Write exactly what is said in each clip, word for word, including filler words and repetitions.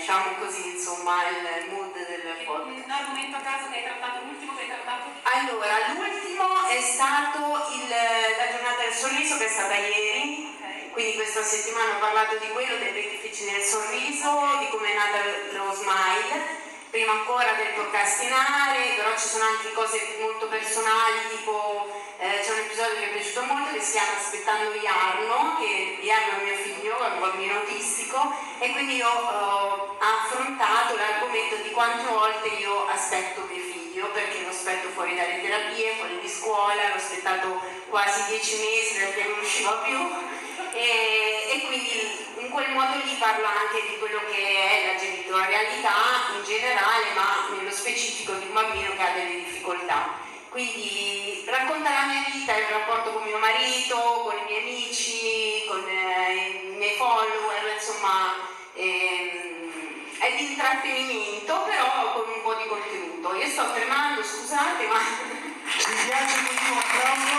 diciamo così, insomma, il mood del podcast. Un argomento a caso che hai trattato, l'ultimo che hai trattato? Allora, l'ultimo è stato il, la giornata del sorriso, che è stata ieri, okay. Quindi questa settimana ho parlato di quello, dei benefici del sorriso, di come è nata lo Smile, prima ancora del procrastinare, però ci sono anche cose molto personali, tipo eh, c'è un episodio che mi è piaciuto molto che si chiama Aspettando Iarno, che Iarno è mio figlio, è un bambino autistico, e quindi io ho affrontato l'argomento di quante volte io aspetto mio figlio, perché lo aspetto fuori dalle terapie, fuori di scuola, l'ho aspettato quasi dieci mesi perché non usciva più, e, e quindi in quel modo lì parlo anche di quello che è la genitorialità in generale, ma nello specifico di un bambino che ha delle difficoltà. Quindi racconta la mia vita, il rapporto con mio marito, con i miei amici, con eh, i miei follower, insomma ehm, è di intrattenimento, però con un po' di contenuto. Io sto tremando, scusate, ma mi piace così un applauso.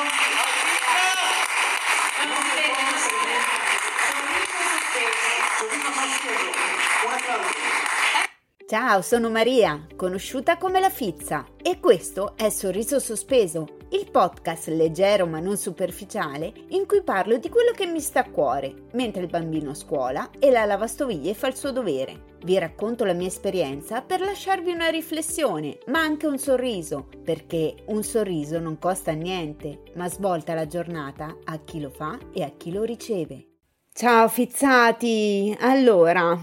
non si vede, non si vede. Sorriso sospeso, un applauso. Ciao, sono Maria, conosciuta come La Fizza, e questo è Sorriso Sospeso, il podcast leggero ma non superficiale in cui parlo di quello che mi sta a cuore, mentre il bambino a scuola e la lavastoviglie fa il suo dovere. Vi racconto la mia esperienza per lasciarvi una riflessione, ma anche un sorriso, perché un sorriso non costa niente, ma svolta la giornata a chi lo fa e a chi lo riceve. Ciao fizzati! Allora,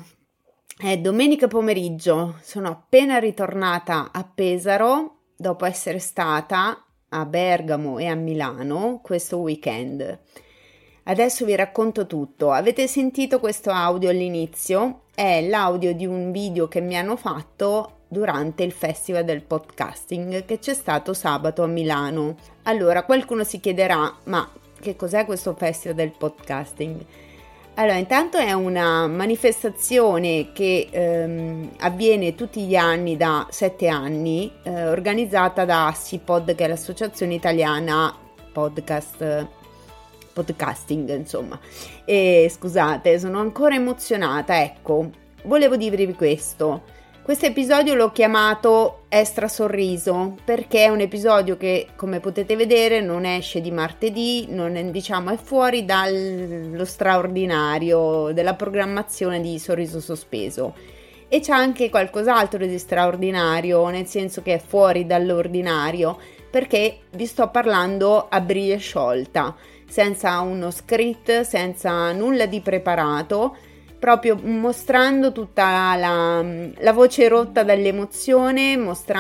è domenica pomeriggio, sono appena ritornata a Pesaro dopo essere stata a Bergamo e a Milano questo weekend. Adesso vi racconto tutto. Avete sentito questo audio all'inizio? È l'audio di un video che mi hanno fatto durante il Festival del Podcasting che c'è stato sabato a Milano. Allora, qualcuno si chiederà, ma che cos'è questo Festival del Podcasting? Allora, intanto è una manifestazione che ehm, avviene tutti gli anni da sette anni, eh, organizzata da Assipod, che è l'associazione italiana podcast, podcasting, insomma. E scusate, sono ancora emozionata, ecco, volevo dirvi questo. Questo episodio l'ho chiamato Extra Sorriso perché è un episodio che, come potete vedere, non esce di martedì, non è, diciamo, è fuori dallo straordinario della programmazione di Sorriso Sospeso, e c'è anche qualcos'altro di straordinario, nel senso che è fuori dall'ordinario, perché vi sto parlando a briglia sciolta, senza uno script, senza nulla di preparato, proprio mostrando tutta la, la voce rotta dall'emozione,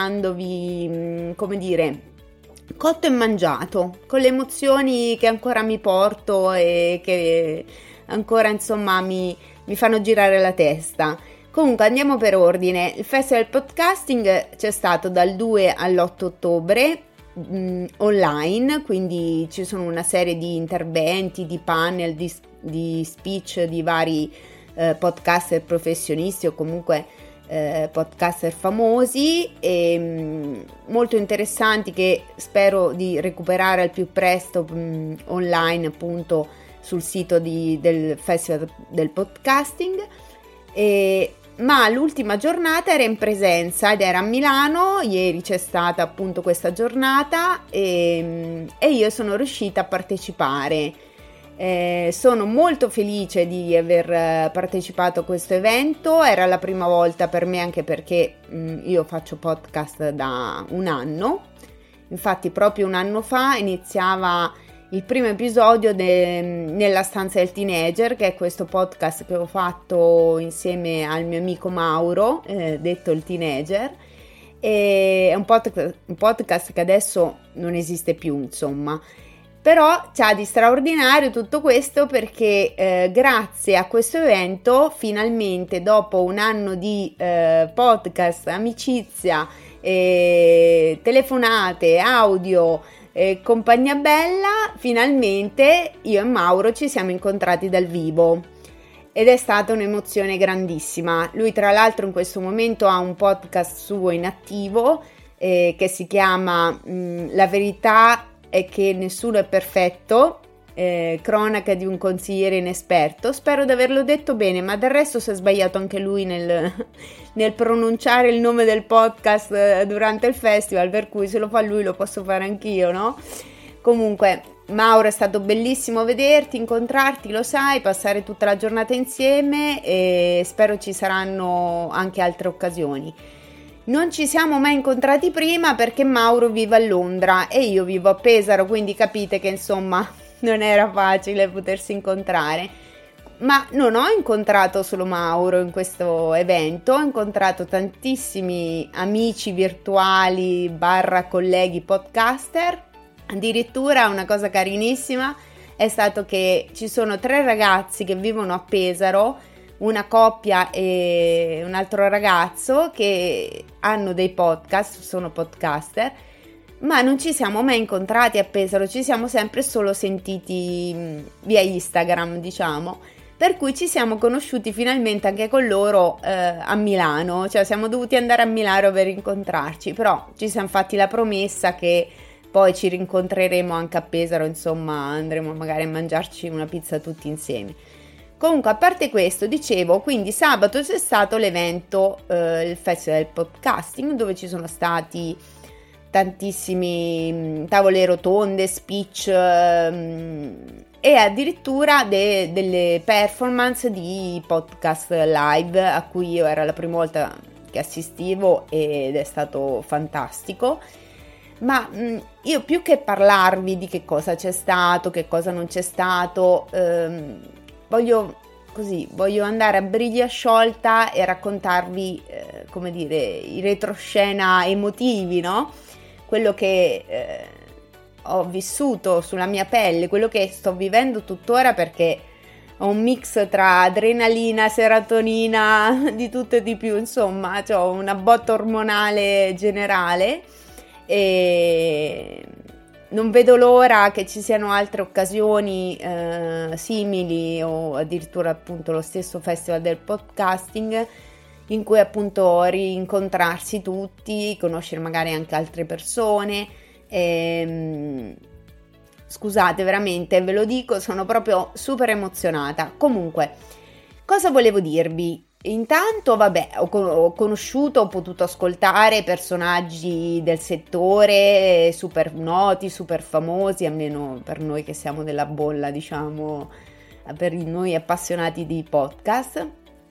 mostrandovi, come dire, cotto e mangiato, con le emozioni che ancora mi porto e che ancora, insomma, mi, mi fanno girare la testa. Comunque andiamo per ordine. Il Festival Podcasting c'è stato dal due all'otto ottobre mh, online, quindi ci sono una serie di interventi, di panel, di, di speech di vari eh, podcaster professionisti o comunque eh, podcaster famosi e mh, molto interessanti, che spero di recuperare al più presto mh, online, appunto sul sito di, del Festival del Podcasting. E ma l'ultima giornata era in presenza ed era a Milano. Ieri c'è stata appunto questa giornata e, e io sono riuscita a partecipare. Eh, sono molto felice di aver partecipato a questo evento. Era la prima volta per me, anche perché mh, io faccio podcast da un anno. Infatti proprio un anno fa iniziava il primo episodio de, nella stanza del teenager, che è questo podcast che ho fatto insieme al mio amico Mauro, eh, detto il teenager, e è un podcast, un podcast che adesso non esiste più, insomma, però c'ha di straordinario tutto questo perché eh, grazie a questo evento finalmente, dopo un anno di eh, podcast, amicizia, eh, telefonate, audio e compagnia bella, finalmente io e Mauro ci siamo incontrati dal vivo ed è stata un'emozione grandissima. Lui tra l'altro in questo momento ha un podcast suo in attivo eh, che si chiama mh, La verità è che nessuno è perfetto, eh, cronaca di un consigliere inesperto. Spero di averlo detto bene, ma del resto si è sbagliato anche lui nel, nel pronunciare il nome del podcast durante il festival, per cui se lo fa lui lo posso fare anch'io, no? Comunque, Mauro, è stato bellissimo vederti, incontrarti, lo sai, passare tutta la giornata insieme e spero ci saranno anche altre occasioni. Non ci siamo mai incontrati prima perché Mauro vive a Londra e io vivo a Pesaro, quindi capite che insomma non era facile potersi incontrare. Ma non ho incontrato solo Mauro in questo evento, ho incontrato tantissimi amici virtuali barra colleghi podcaster. Addirittura una cosa carinissima è stato che ci sono tre ragazzi che vivono a Pesaro, una coppia e un altro ragazzo che hanno dei podcast, sono podcaster, ma non ci siamo mai incontrati a Pesaro, ci siamo sempre solo sentiti via Instagram, diciamo, per cui ci siamo conosciuti finalmente anche con loro eh, a Milano, cioè siamo dovuti andare a Milano per incontrarci, però ci siamo fatti la promessa che poi ci rincontreremo anche a Pesaro, insomma andremo magari a mangiarci una pizza tutti insieme. Comunque, a parte questo, dicevo, quindi sabato c'è stato l'evento, eh, il Festival del Podcasting, dove ci sono stati tantissimi mh, tavole rotonde, speech mh, e addirittura de- delle performance di podcast live a cui io era la prima volta che assistivo ed è stato fantastico. Ma mh, io più che parlarvi di che cosa c'è stato, che cosa non c'è stato, ehm, voglio così, voglio andare a briglia sciolta e raccontarvi, eh, come dire, i retroscena emotivi, no? Quello che eh, ho vissuto sulla mia pelle, quello che sto vivendo tuttora, perché ho un mix tra adrenalina, serotonina, di tutto e di più, insomma, cioè ho una botta ormonale generale e non vedo l'ora che ci siano altre occasioni eh, simili o addirittura appunto lo stesso festival del podcasting in cui appunto rincontrarsi tutti, conoscere magari anche altre persone. E, scusate, veramente ve lo dico, sono proprio super emozionata. Comunque, cosa volevo dirvi? Intanto, vabbè, ho, ho conosciuto, ho potuto ascoltare personaggi del settore super noti, super famosi, almeno per noi che siamo della bolla, diciamo, per noi appassionati di podcast,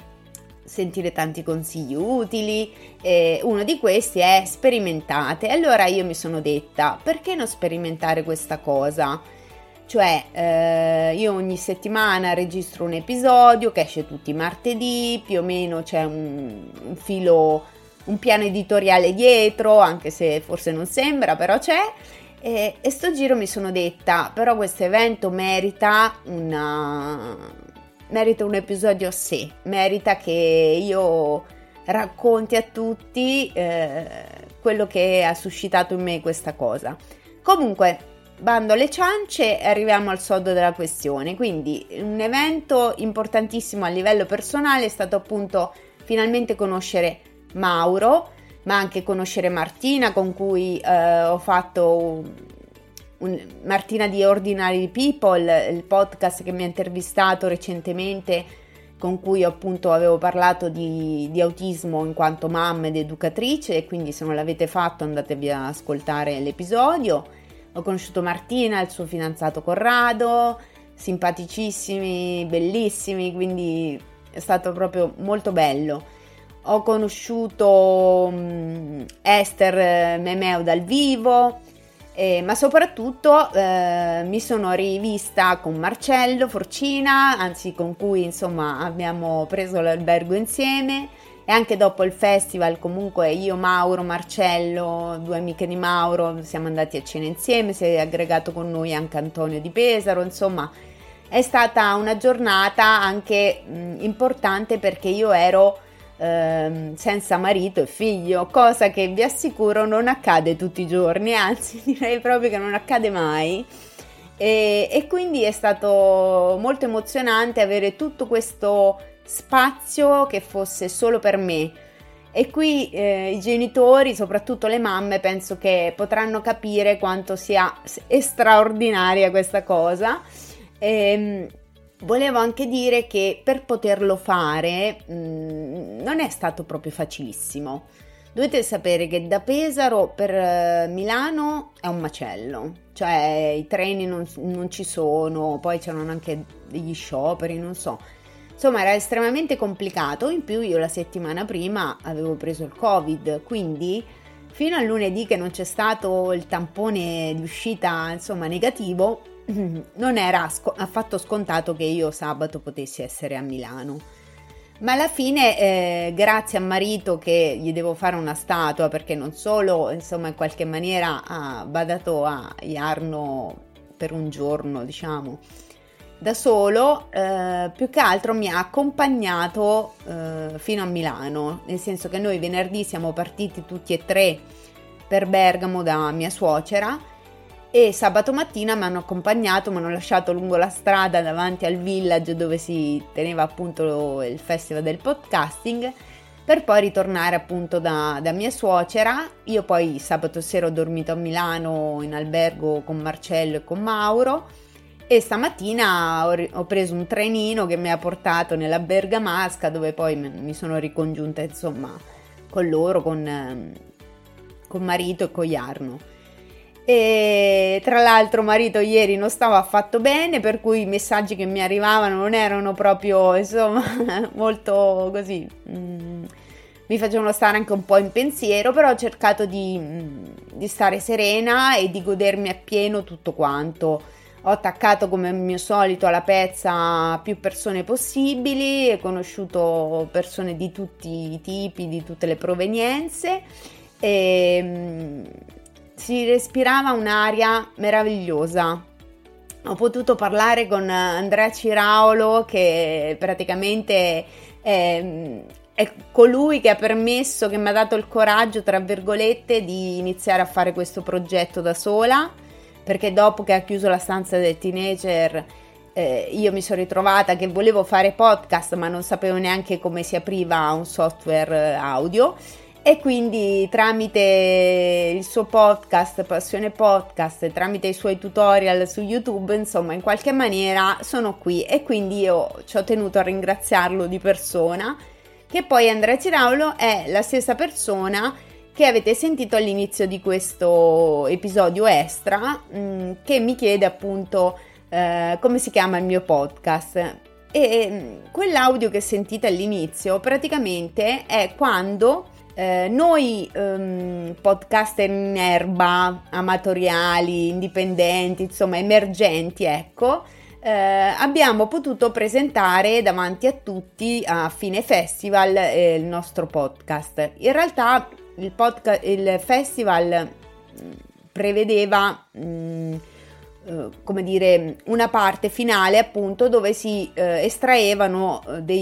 sentire tanti consigli utili. Eh, uno di questi è sperimentate. Allora io mi sono detta, perché non sperimentare questa cosa? Cioè, eh, io ogni settimana registro un episodio che esce tutti i martedì, più o meno c'è un, un filo, un piano editoriale dietro, anche se forse non sembra, però c'è. E, e sto giro mi sono detta, però questo evento merita una, merita un episodio a sé, merita che io racconti a tutti eh, quello che ha suscitato in me questa cosa. Comunque, bando alle ciance e arriviamo al sodo della questione. Quindi un evento importantissimo a livello personale è stato appunto finalmente conoscere Mauro, ma anche conoscere Martina, con cui eh, ho fatto un, un, Martina di Ordinary People, il podcast che mi ha intervistato recentemente, con cui appunto avevo parlato di, di autismo in quanto mamma ed educatrice, e quindi se non l'avete fatto andatevi ad ascoltare l'episodio. Ho conosciuto Martina, il suo fidanzato Corrado, simpaticissimi, bellissimi, quindi è stato proprio molto bello. Ho conosciuto um, Esther Memeo dal vivo, eh, ma soprattutto eh, mi sono rivista con Marcello Forcina, anzi con cui insomma abbiamo preso l'albergo insieme. E anche dopo il festival comunque io, Mauro, Marcello, due amiche di Mauro, siamo andati a cena insieme, si è aggregato con noi anche Antonio di Pesaro, insomma è stata una giornata anche mh, importante perché io ero eh, senza marito e figlio, cosa che vi assicuro non accade tutti i giorni, anzi direi proprio che non accade mai. E, e quindi è stato molto emozionante avere tutto questo spazio che fosse solo per me. E qui eh, i genitori, soprattutto le mamme, penso che potranno capire quanto sia straordinaria questa cosa, E volevo anche dire che per poterlo fare mh, non è stato proprio facilissimo. Dovete sapere che da Pesaro per Milano è un macello, cioè i treni non, non ci sono, poi c'erano anche degli scioperi, non so. Insomma, era estremamente complicato. In più io la settimana prima avevo preso il Covid, quindi fino al lunedì che non c'è stato il tampone di uscita, insomma, negativo, non era sc- affatto scontato che io sabato potessi essere a Milano. Ma alla fine, eh, grazie a marito che gli devo fare una statua, perché non solo, insomma, in qualche maniera ha badato a Jarno per un giorno, diciamo, da solo, eh, più che altro mi ha accompagnato eh, fino a Milano, nel senso che noi venerdì siamo partiti tutti e tre per Bergamo da mia suocera e sabato mattina mi hanno accompagnato, mi hanno lasciato lungo la strada davanti al village dove si teneva appunto il festival del podcasting, per poi ritornare appunto da, da mia suocera. Io poi sabato sera ho dormito a Milano in albergo con Marcello e con Mauro e stamattina ho, ho preso un trenino che mi ha portato nella Bergamasca, dove poi mi sono ricongiunta insomma con loro, con, con marito e con Jarno. E tra l'altro marito ieri non stava affatto bene, per cui i messaggi che mi arrivavano non erano proprio insomma molto così, mm, mi facevano stare anche un po' in pensiero, però ho cercato di, di stare serena e di godermi appieno tutto quanto. Ho attaccato come al mio solito alla pezza più persone possibili, ho conosciuto persone di tutti i tipi, di tutte le provenienze e mm, si respirava un'aria meravigliosa. Ho potuto parlare con Andrea Ciraulo, che praticamente è, è colui che ha permesso, che mi ha dato il coraggio, tra virgolette, di iniziare a fare questo progetto da sola, perché dopo che ha chiuso la stanza del teenager eh, io mi sono ritrovata che volevo fare podcast ma non sapevo neanche come si apriva un software audio. E quindi tramite il suo podcast, Passione Podcast, tramite i suoi tutorial su YouTube, insomma, in qualche maniera sono qui e quindi io ci ho tenuto a ringraziarlo di persona, che poi Andrea Ciraulo è la stessa persona che avete sentito all'inizio di questo episodio extra, mh, che mi chiede appunto eh, come si chiama il mio podcast. E mh, quell'audio che sentite all'inizio praticamente è quando Eh, noi um, podcaster in erba, amatoriali, indipendenti, insomma emergenti, ecco, eh, abbiamo potuto presentare davanti a tutti a fine festival eh, il nostro podcast. In realtà il, podca- il festival prevedeva mh, eh, come dire una parte finale appunto dove si eh, estraevano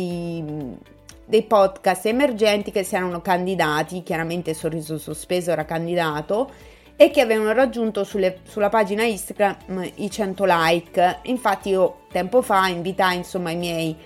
dei dei podcast emergenti che si erano candidati, chiaramente Sorriso Sospeso era candidato, e che avevano raggiunto sulle, sulla pagina Instagram i cento like. Infatti io tempo fa invitai insomma i miei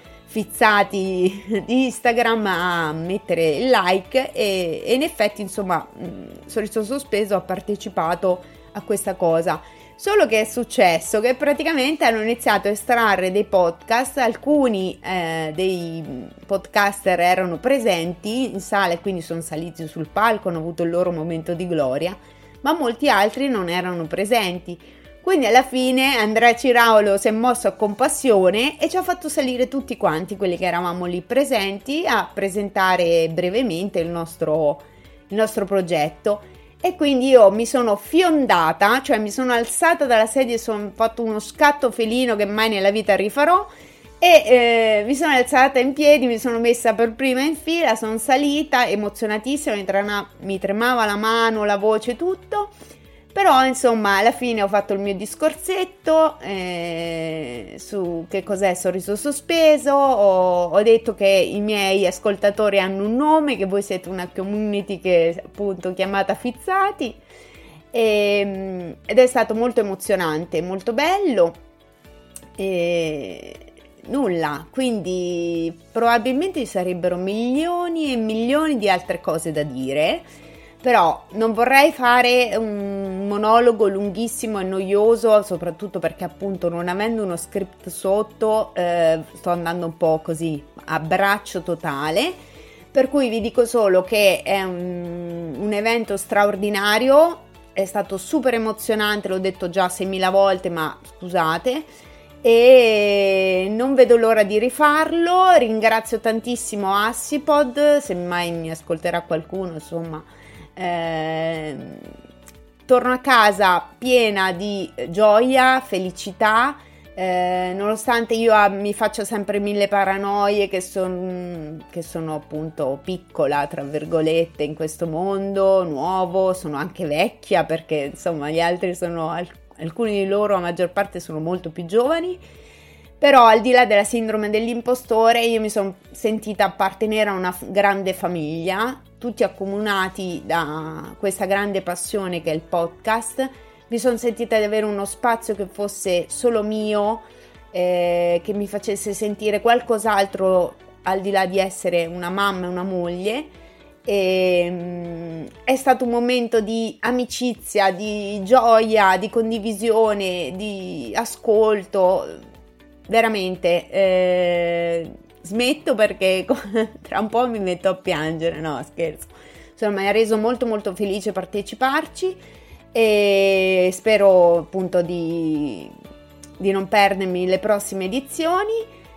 fizzati di Instagram a mettere il like e, e in effetti insomma Sorriso Sospeso ha partecipato a questa cosa. Solo che è successo che praticamente hanno iniziato a estrarre dei podcast, alcuni eh, dei podcaster erano presenti in sala e quindi sono saliti sul palco, hanno avuto il loro momento di gloria, ma molti altri non erano presenti. Quindi alla fine Andrea Ciraulo si è mosso a compassione e ci ha fatto salire tutti quanti quelli che eravamo lì presenti a presentare brevemente il nostro, il nostro progetto. E quindi io mi sono fiondata, cioè mi sono alzata dalla sedia e sono fatto uno scatto felino che mai nella vita rifarò e eh, mi sono alzata in piedi, mi sono messa per prima in fila, sono salita emozionatissima, mi, trema, mi tremava la mano, la voce, tutto. Però insomma alla fine ho fatto il mio discorsetto eh, su che cos'è Sorriso Sospeso, ho, ho detto che i miei ascoltatori hanno un nome, che voi siete una community che appunto chiamata Fizzati e, ed è stato molto emozionante, molto bello e nulla, quindi probabilmente ci sarebbero milioni e milioni di altre cose da dire. Però non vorrei fare un monologo lunghissimo e noioso, soprattutto perché appunto non avendo uno script sotto eh, sto andando un po' così a braccio totale, per cui vi dico solo che è un, un evento straordinario, è stato super emozionante, l'ho detto già seimila volte, ma scusate, e non vedo l'ora di rifarlo. Ringrazio tantissimo Assipod, se mai mi ascolterà qualcuno, insomma. Eh, torno a casa piena di gioia, felicità, eh, nonostante io a, mi faccia sempre mille paranoie che, son, che sono appunto piccola tra virgolette in questo mondo nuovo, sono anche vecchia perché insomma gli altri sono, alcuni di loro a maggior parte sono molto più giovani. Però al di là della sindrome dell'impostore io mi sono sentita appartenere a una grande famiglia, tutti accomunati da questa grande passione che è il podcast. Mi sono sentita di avere uno spazio che fosse solo mio, eh, che mi facesse sentire qualcos'altro al di là di essere una mamma e una moglie. E, um, è stato un momento di amicizia, di gioia, di condivisione, di ascolto. Veramente, eh, smetto perché tra un po' mi metto a piangere, no scherzo, insomma mi ha reso molto molto felice parteciparci e spero appunto di, di non perdermi le prossime edizioni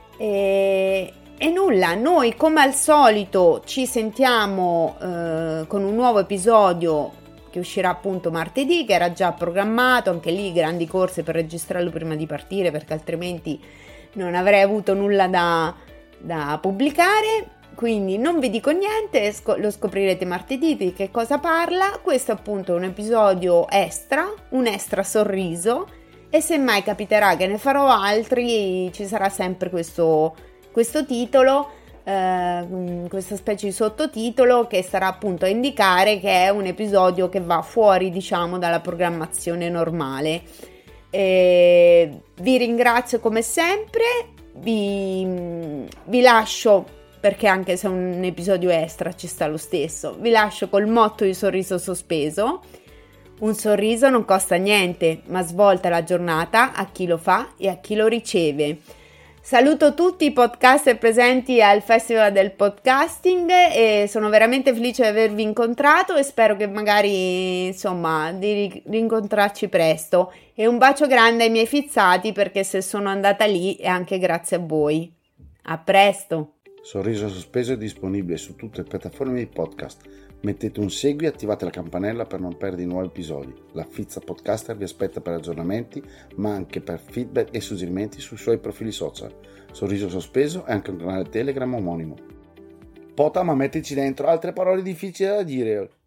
e, e nulla, noi come al solito ci sentiamo eh, con un nuovo episodio che uscirà appunto martedì, che era già programmato, anche lì grandi corse per registrarlo prima di partire perché altrimenti non avrei avuto nulla da, da pubblicare, quindi non vi dico niente, lo scoprirete martedì di che cosa parla. Questo appunto è un episodio extra, un extra sorriso, e se mai capiterà che ne farò altri ci sarà sempre questo, questo titolo, Uh, questa specie di sottotitolo che sarà appunto a indicare che è un episodio che va fuori diciamo dalla programmazione normale. E vi ringrazio come sempre, vi, vi lascio, perché anche se è un episodio extra ci sta lo stesso, vi lascio col motto di sorriso sospeso: un sorriso non costa niente ma svolta la giornata a chi lo fa e a chi lo riceve. Saluto tutti i podcaster presenti al Festival del Podcasting e sono veramente felice di avervi incontrato e spero che magari insomma di rincontrarci presto, e un bacio grande ai miei fizzati perché se sono andata lì è anche grazie a voi. A presto! Sorriso Sospeso è disponibile su tutte le piattaforme di podcast. Mettete un segui e attivate la campanella per non perdere nuovi episodi. La Fizza Podcaster vi aspetta per aggiornamenti, ma anche per feedback e suggerimenti sui suoi profili social. Sorriso Sospeso è anche un canale Telegram omonimo. Pota, ma mettici dentro altre parole difficili da dire.